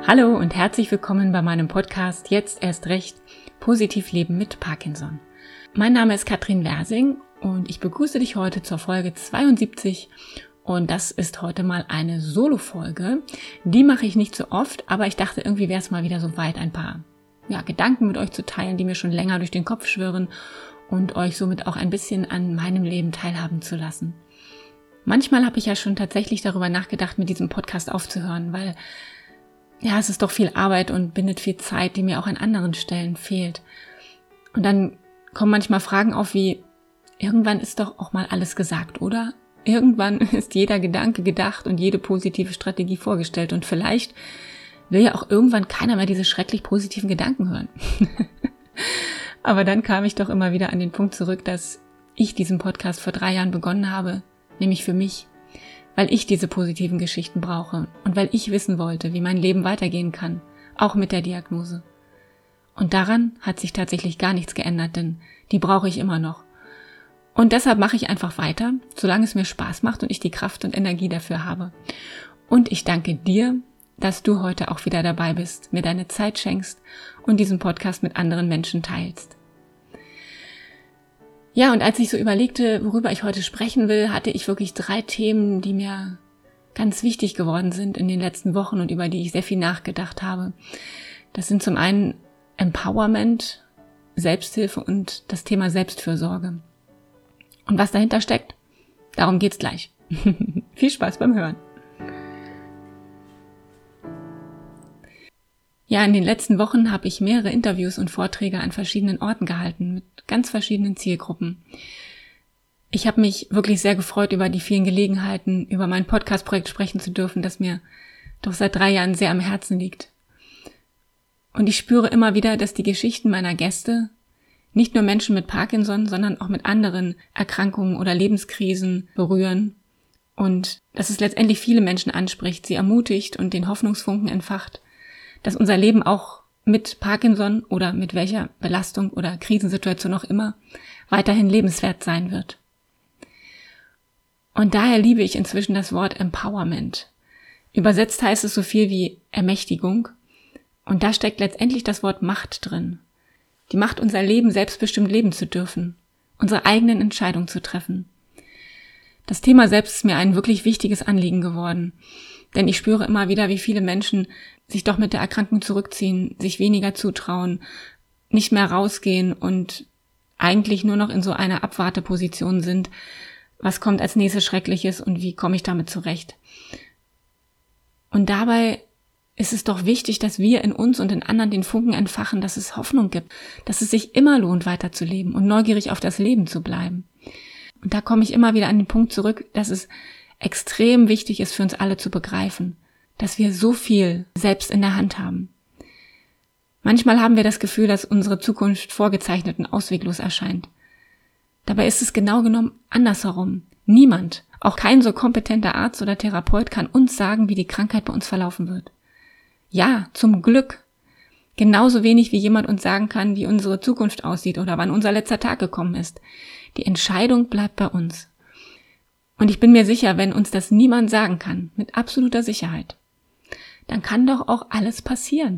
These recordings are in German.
Hallo und herzlich willkommen bei meinem Podcast Jetzt erst recht positiv leben mit Parkinson. Mein Name ist Katrin Wersing und ich begrüße dich heute zur Folge 72 und das ist heute mal eine Solo-Folge. Die mache ich nicht so oft, aber ich dachte, irgendwie wäre es mal wieder so weit, ein paar Gedanken mit euch zu teilen, die mir schon länger durch den Kopf schwirren und euch somit auch ein bisschen an meinem Leben teilhaben zu lassen. Manchmal habe ich ja schon tatsächlich darüber nachgedacht, mit diesem Podcast aufzuhören, weil es ist doch viel Arbeit und bindet viel Zeit, die mir auch an anderen Stellen fehlt. Und dann kommen manchmal Fragen auf wie, irgendwann ist doch auch mal alles gesagt, oder? Irgendwann ist jeder Gedanke gedacht und jede positive Strategie vorgestellt und vielleicht will ja auch irgendwann keiner mehr diese schrecklich positiven Gedanken hören. Aber dann kam ich doch immer wieder an den Punkt zurück, dass ich diesen Podcast vor 3 Jahren begonnen habe, nämlich für mich. Weil ich diese positiven Geschichten brauche und weil ich wissen wollte, wie mein Leben weitergehen kann, auch mit der Diagnose. Und daran hat sich tatsächlich gar nichts geändert, denn die brauche ich immer noch. Und deshalb mache ich einfach weiter, solange es mir Spaß macht und ich die Kraft und Energie dafür habe. Und ich danke dir, dass du heute auch wieder dabei bist, mir deine Zeit schenkst und diesen Podcast mit anderen Menschen teilst. Ja, und als ich so überlegte, worüber ich heute sprechen will, hatte ich wirklich 3 Themen, die mir ganz wichtig geworden sind in den letzten Wochen und über die ich sehr viel nachgedacht habe. Das sind zum einen Empowerment, Selbsthilfe und das Thema Selbstfürsorge. Und was dahinter steckt, darum geht's gleich. Viel Spaß beim Hören. Ja, in den letzten Wochen habe ich mehrere Interviews und Vorträge an verschiedenen Orten gehalten, mit ganz verschiedenen Zielgruppen. Ich habe mich wirklich sehr gefreut über die vielen Gelegenheiten, über mein Podcast-Projekt sprechen zu dürfen, das mir doch seit 3 Jahren sehr am Herzen liegt. Und ich spüre immer wieder, dass die Geschichten meiner Gäste nicht nur Menschen mit Parkinson, sondern auch mit anderen Erkrankungen oder Lebenskrisen berühren und dass es letztendlich viele Menschen anspricht, sie ermutigt und den Hoffnungsfunken entfacht, dass unser Leben auch mit Parkinson oder mit welcher Belastung oder Krisensituation auch immer weiterhin lebenswert sein wird. Und daher liebe ich inzwischen das Wort Empowerment. Übersetzt heißt es so viel wie Ermächtigung. Und da steckt letztendlich das Wort Macht drin. Die Macht, unser Leben selbstbestimmt leben zu dürfen, unsere eigenen Entscheidungen zu treffen. Das Thema selbst ist mir ein wirklich wichtiges Anliegen geworden. Denn ich spüre immer wieder, wie viele Menschen sich doch mit der Erkrankung zurückziehen, sich weniger zutrauen, nicht mehr rausgehen und eigentlich nur noch in so einer Abwarteposition sind. Was kommt als nächstes Schreckliches und wie komme ich damit zurecht? Und dabei ist es doch wichtig, dass wir in uns und in anderen den Funken entfachen, dass es Hoffnung gibt, dass es sich immer lohnt, weiterzuleben und neugierig auf das Leben zu bleiben. Und da komme ich immer wieder an den Punkt zurück, dass es extrem wichtig ist für uns alle zu begreifen, dass wir so viel selbst in der Hand haben. Manchmal haben wir das Gefühl, dass unsere Zukunft vorgezeichnet und ausweglos erscheint. Dabei ist es genau genommen andersherum. Niemand, auch kein so kompetenter Arzt oder Therapeut kann uns sagen, wie die Krankheit bei uns verlaufen wird. Ja, zum Glück. Genauso wenig wie jemand uns sagen kann, wie unsere Zukunft aussieht oder wann unser letzter Tag gekommen ist. Die Entscheidung bleibt bei uns. Und ich bin mir sicher, wenn uns das niemand sagen kann, mit absoluter Sicherheit, dann kann doch auch alles passieren.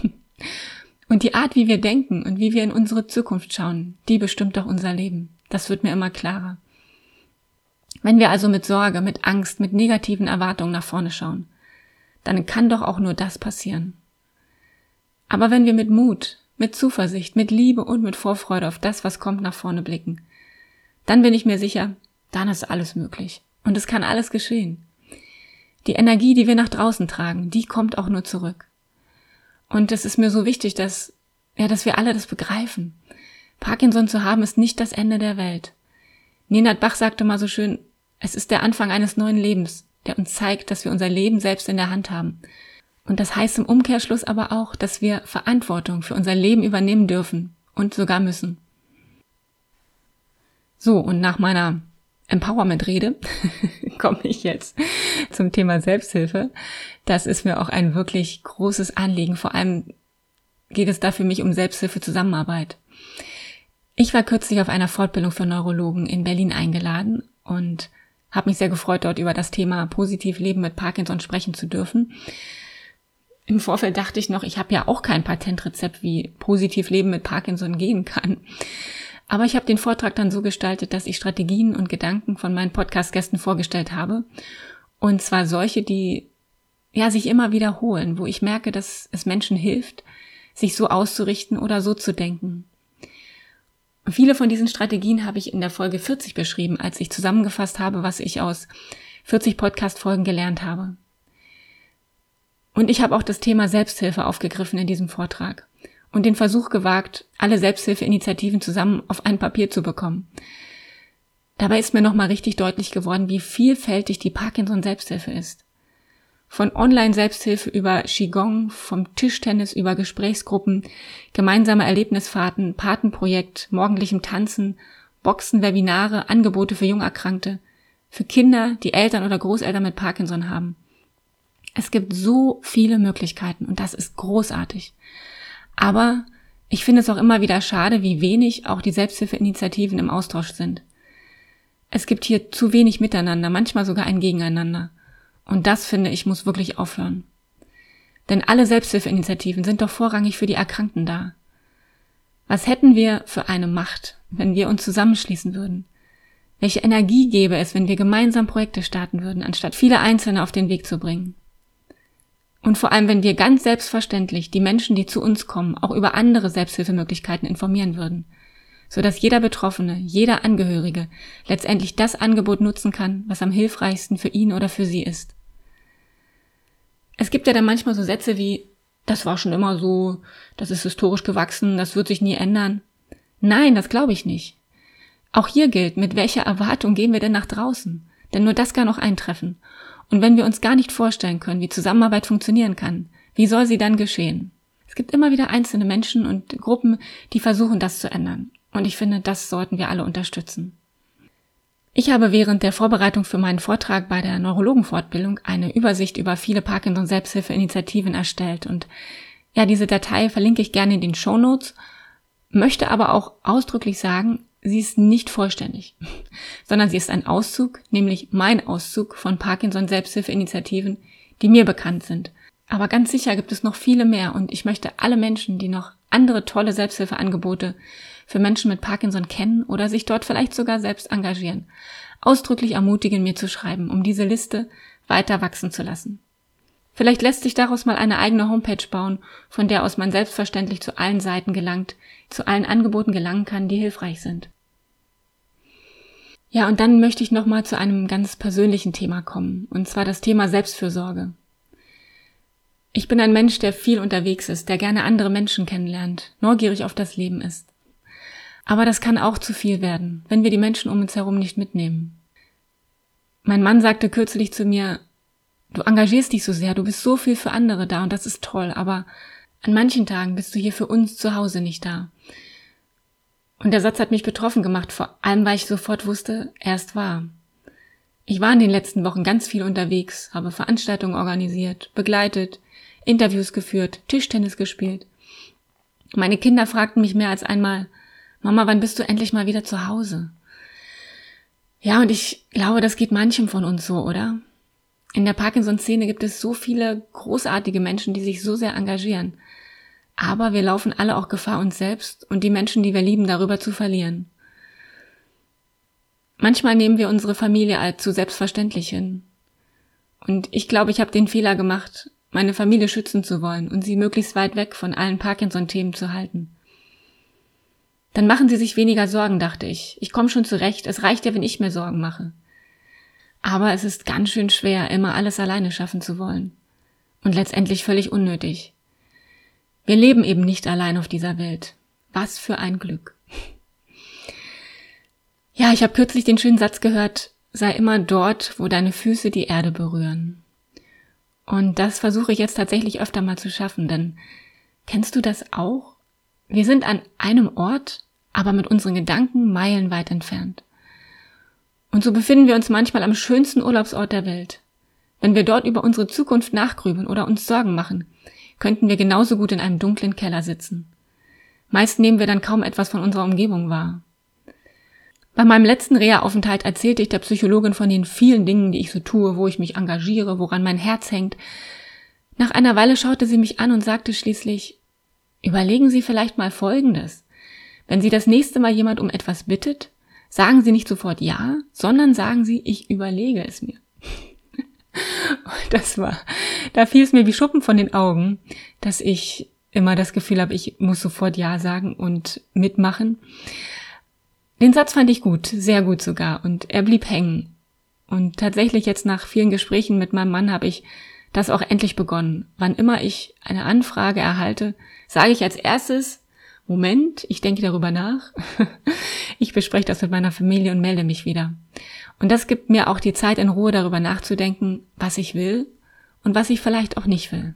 Und die Art, wie wir denken und wie wir in unsere Zukunft schauen, die bestimmt doch unser Leben. Das wird mir immer klarer. Wenn wir also mit Sorge, mit Angst, mit negativen Erwartungen nach vorne schauen, dann kann doch auch nur das passieren. Aber wenn wir mit Mut, mit Zuversicht, mit Liebe und mit Vorfreude auf das, was kommt, nach vorne blicken, dann bin ich mir sicher, dann ist alles möglich. Und es kann alles geschehen. Die Energie, die wir nach draußen tragen, die kommt auch nur zurück. Und es ist mir so wichtig, dass wir alle das begreifen. Parkinson zu haben, ist nicht das Ende der Welt. Nenad Bach sagte mal so schön, es ist der Anfang eines neuen Lebens, der uns zeigt, dass wir unser Leben selbst in der Hand haben. Und das heißt im Umkehrschluss aber auch, dass wir Verantwortung für unser Leben übernehmen dürfen und sogar müssen. So, und nach meiner Empowerment-Rede komme ich jetzt zum Thema Selbsthilfe. Das ist mir auch ein wirklich großes Anliegen. Vor allem geht es da für mich um Selbsthilfe-Zusammenarbeit. Ich war kürzlich auf einer Fortbildung für Neurologen in Berlin eingeladen und habe mich sehr gefreut, dort über das Thema positiv Leben mit Parkinson sprechen zu dürfen. Im Vorfeld dachte ich noch, ich habe ja auch kein Patentrezept, wie positiv Leben mit Parkinson gehen kann. Aber ich habe den Vortrag dann so gestaltet, dass ich Strategien und Gedanken von meinen Podcast-Gästen vorgestellt habe. Und zwar solche, die sich immer wiederholen, wo ich merke, dass es Menschen hilft, sich so auszurichten oder so zu denken. Und viele von diesen Strategien habe ich in der Folge 40 beschrieben, als ich zusammengefasst habe, was ich aus 40 Podcast-Folgen gelernt habe. Und ich habe auch das Thema Selbsthilfe aufgegriffen in diesem Vortrag und den Versuch gewagt, alle Selbsthilfeinitiativen zusammen auf ein Papier zu bekommen. Dabei ist mir nochmal richtig deutlich geworden, wie vielfältig die Parkinson-Selbsthilfe ist. Von Online-Selbsthilfe über Qigong, vom Tischtennis über Gesprächsgruppen, gemeinsame Erlebnisfahrten, Patenprojekt, morgendlichem Tanzen, Boxen, Webinare, Angebote für Jungerkrankte, für Kinder, die Eltern oder Großeltern mit Parkinson haben. Es gibt so viele Möglichkeiten und das ist großartig. Aber ich finde es auch immer wieder schade, wie wenig auch die Selbsthilfeinitiativen im Austausch sind. Es gibt hier zu wenig Miteinander, manchmal sogar ein Gegeneinander. Und das, finde ich, muss wirklich aufhören. Denn alle Selbsthilfeinitiativen sind doch vorrangig für die Erkrankten da. Was hätten wir für eine Macht, wenn wir uns zusammenschließen würden? Welche Energie gäbe es, wenn wir gemeinsam Projekte starten würden, anstatt viele Einzelne auf den Weg zu bringen? Und vor allem, wenn wir ganz selbstverständlich die Menschen, die zu uns kommen, auch über andere Selbsthilfemöglichkeiten informieren würden, sodass jeder Betroffene, jeder Angehörige letztendlich das Angebot nutzen kann, was am hilfreichsten für ihn oder für sie ist. Es gibt ja dann manchmal so Sätze wie, das war schon immer so, das ist historisch gewachsen, das wird sich nie ändern. Nein, das glaube ich nicht. Auch hier gilt, mit welcher Erwartung gehen wir denn nach draußen? Denn nur das kann auch eintreffen. Und wenn wir uns gar nicht vorstellen können, wie Zusammenarbeit funktionieren kann, wie soll sie dann geschehen? Es gibt immer wieder einzelne Menschen und Gruppen, die versuchen, das zu ändern. Und ich finde, das sollten wir alle unterstützen. Ich habe während der Vorbereitung für meinen Vortrag bei der Neurologenfortbildung eine Übersicht über viele Parkinson-Selbsthilfeinitiativen erstellt. Und diese Datei verlinke ich gerne in den Shownotes, möchte aber auch ausdrücklich sagen, sie ist nicht vollständig, sondern sie ist ein Auszug, nämlich mein Auszug von Parkinson-Selbsthilfeinitiativen, die mir bekannt sind. Aber ganz sicher gibt es noch viele mehr und ich möchte alle Menschen, die noch andere tolle Selbsthilfeangebote für Menschen mit Parkinson kennen oder sich dort vielleicht sogar selbst engagieren, ausdrücklich ermutigen, mir zu schreiben, um diese Liste weiter wachsen zu lassen. Vielleicht lässt sich daraus mal eine eigene Homepage bauen, von der aus man selbstverständlich zu allen Seiten gelangt, zu allen Angeboten gelangen kann, die hilfreich sind. Ja, und dann möchte ich nochmal zu einem ganz persönlichen Thema kommen, und zwar das Thema Selbstfürsorge. Ich bin ein Mensch, der viel unterwegs ist, der gerne andere Menschen kennenlernt, neugierig auf das Leben ist. Aber das kann auch zu viel werden, wenn wir die Menschen um uns herum nicht mitnehmen. Mein Mann sagte kürzlich zu mir, du engagierst dich so sehr, du bist so viel für andere da und das ist toll, aber an manchen Tagen bist du hier für uns zu Hause nicht da. Und der Satz hat mich betroffen gemacht, vor allem weil ich sofort wusste, er ist wahr. Ich war in den letzten Wochen ganz viel unterwegs, habe Veranstaltungen organisiert, begleitet, Interviews geführt, Tischtennis gespielt. Meine Kinder fragten mich mehr als einmal, Mama, wann bist du endlich mal wieder zu Hause? Ja, und ich glaube, das geht manchem von uns so, oder? In der Parkinson-Szene gibt es so viele großartige Menschen, die sich so sehr engagieren. Aber wir laufen alle auch Gefahr, uns selbst und die Menschen, die wir lieben, darüber zu verlieren. Manchmal nehmen wir unsere Familie als zu selbstverständlich hin. Und ich glaube, ich habe den Fehler gemacht, meine Familie schützen zu wollen und sie möglichst weit weg von allen Parkinson-Themen zu halten. Dann machen sie sich weniger Sorgen, dachte ich. Ich komme schon zurecht, es reicht ja, wenn ich mir Sorgen mache. Aber es ist ganz schön schwer, immer alles alleine schaffen zu wollen. Und letztendlich völlig unnötig. Wir leben eben nicht allein auf dieser Welt. Was für ein Glück. Ja, ich habe kürzlich den schönen Satz gehört, sei immer dort, wo deine Füße die Erde berühren. Und das versuche ich jetzt tatsächlich öfter mal zu schaffen, denn kennst du das auch? Wir sind an einem Ort, aber mit unseren Gedanken meilenweit entfernt. Und so befinden wir uns manchmal am schönsten Urlaubsort der Welt. Wenn wir dort über unsere Zukunft nachgrübeln oder uns Sorgen machen, könnten wir genauso gut in einem dunklen Keller sitzen. Meist nehmen wir dann kaum etwas von unserer Umgebung wahr. Bei meinem letzten Reha-Aufenthalt erzählte ich der Psychologin von den vielen Dingen, die ich so tue, wo ich mich engagiere, woran mein Herz hängt. Nach einer Weile schaute sie mich an und sagte schließlich: Überlegen Sie vielleicht mal Folgendes. Wenn Sie das nächste Mal jemand um etwas bittet, sagen Sie nicht sofort ja, sondern sagen Sie: Ich überlege es mir. Da fiel es mir wie Schuppen von den Augen, dass ich immer das Gefühl habe, ich muss sofort ja sagen und mitmachen. Den Satz fand ich gut, sehr gut sogar, und er blieb hängen. Und tatsächlich jetzt nach vielen Gesprächen mit meinem Mann habe ich das auch endlich begonnen. Wann immer ich eine Anfrage erhalte, sage ich als erstes: Moment, ich denke darüber nach. Ich bespreche das mit meiner Familie und melde mich wieder. Und das gibt mir auch die Zeit, in Ruhe darüber nachzudenken, was ich will und was ich vielleicht auch nicht will.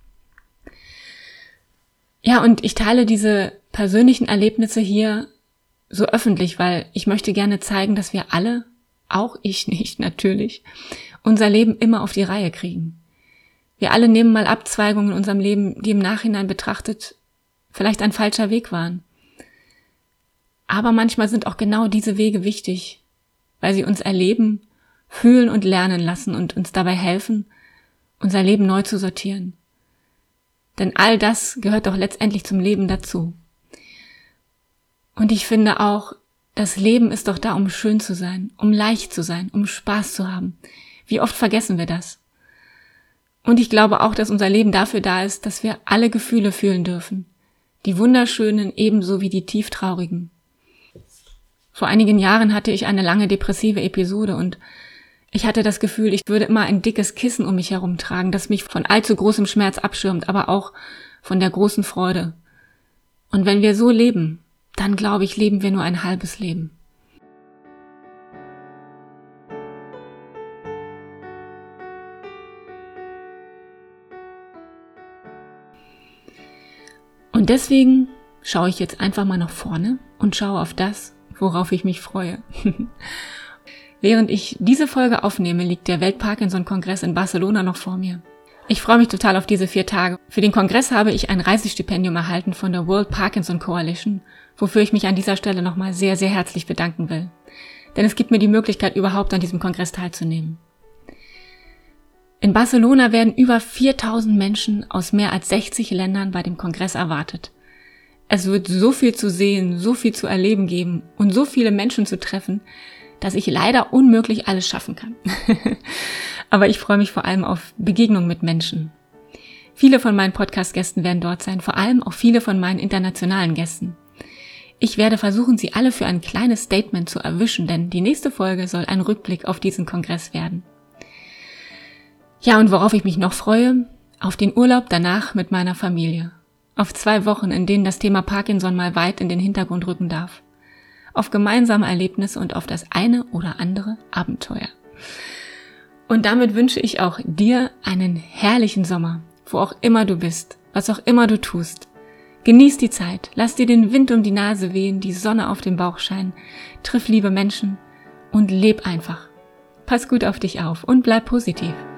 Ja, und ich teile diese persönlichen Erlebnisse hier so öffentlich, weil ich möchte gerne zeigen, dass wir alle, auch ich nicht natürlich, unser Leben immer auf die Reihe kriegen. Wir alle nehmen mal Abzweigungen in unserem Leben, die im Nachhinein betrachtet vielleicht ein falscher Weg waren. Aber manchmal sind auch genau diese Wege wichtig, weil sie uns erleben, fühlen und lernen lassen und uns dabei helfen, unser Leben neu zu sortieren. Denn all das gehört doch letztendlich zum Leben dazu. Und ich finde auch, das Leben ist doch da, um schön zu sein, um leicht zu sein, um Spaß zu haben. Wie oft vergessen wir das? Und ich glaube auch, dass unser Leben dafür da ist, dass wir alle Gefühle fühlen dürfen. Die wunderschönen ebenso wie die tieftraurigen. Vor einigen Jahren hatte ich eine lange depressive Episode und ich hatte das Gefühl, ich würde immer ein dickes Kissen um mich herum tragen, das mich von allzu großem Schmerz abschirmt, aber auch von der großen Freude. Und wenn wir so leben, dann glaube ich, leben wir nur ein halbes Leben. Und deswegen schaue ich jetzt einfach mal nach vorne und schaue auf das, worauf ich mich freue. Während ich diese Folge aufnehme, liegt der Welt-Parkinson-Kongress in Barcelona noch vor mir. Ich freue mich total auf diese 4 Tage. Für den Kongress habe ich ein Reisestipendium erhalten von der World Parkinson Coalition, wofür ich mich an dieser Stelle nochmal sehr, sehr herzlich bedanken will. Denn es gibt mir die Möglichkeit, überhaupt an diesem Kongress teilzunehmen. In Barcelona werden über 4000 Menschen aus mehr als 60 Ländern bei dem Kongress erwartet. Es wird so viel zu sehen, so viel zu erleben geben und so viele Menschen zu treffen, dass ich leider unmöglich alles schaffen kann. Aber ich freue mich vor allem auf Begegnung mit Menschen. Viele von meinen Podcast-Gästen werden dort sein, vor allem auch viele von meinen internationalen Gästen. Ich werde versuchen, sie alle für ein kleines Statement zu erwischen, denn die nächste Folge soll ein Rückblick auf diesen Kongress werden. Ja, und worauf ich mich noch freue? Auf den Urlaub danach mit meiner Familie. Auf 2 Wochen, in denen das Thema Parkinson mal weit in den Hintergrund rücken darf. Auf gemeinsame Erlebnisse und auf das eine oder andere Abenteuer. Und damit wünsche ich auch dir einen herrlichen Sommer, wo auch immer du bist, was auch immer du tust. Genieß die Zeit, lass dir den Wind um die Nase wehen, die Sonne auf den Bauch scheinen, triff liebe Menschen und leb einfach. Pass gut auf dich auf und bleib positiv.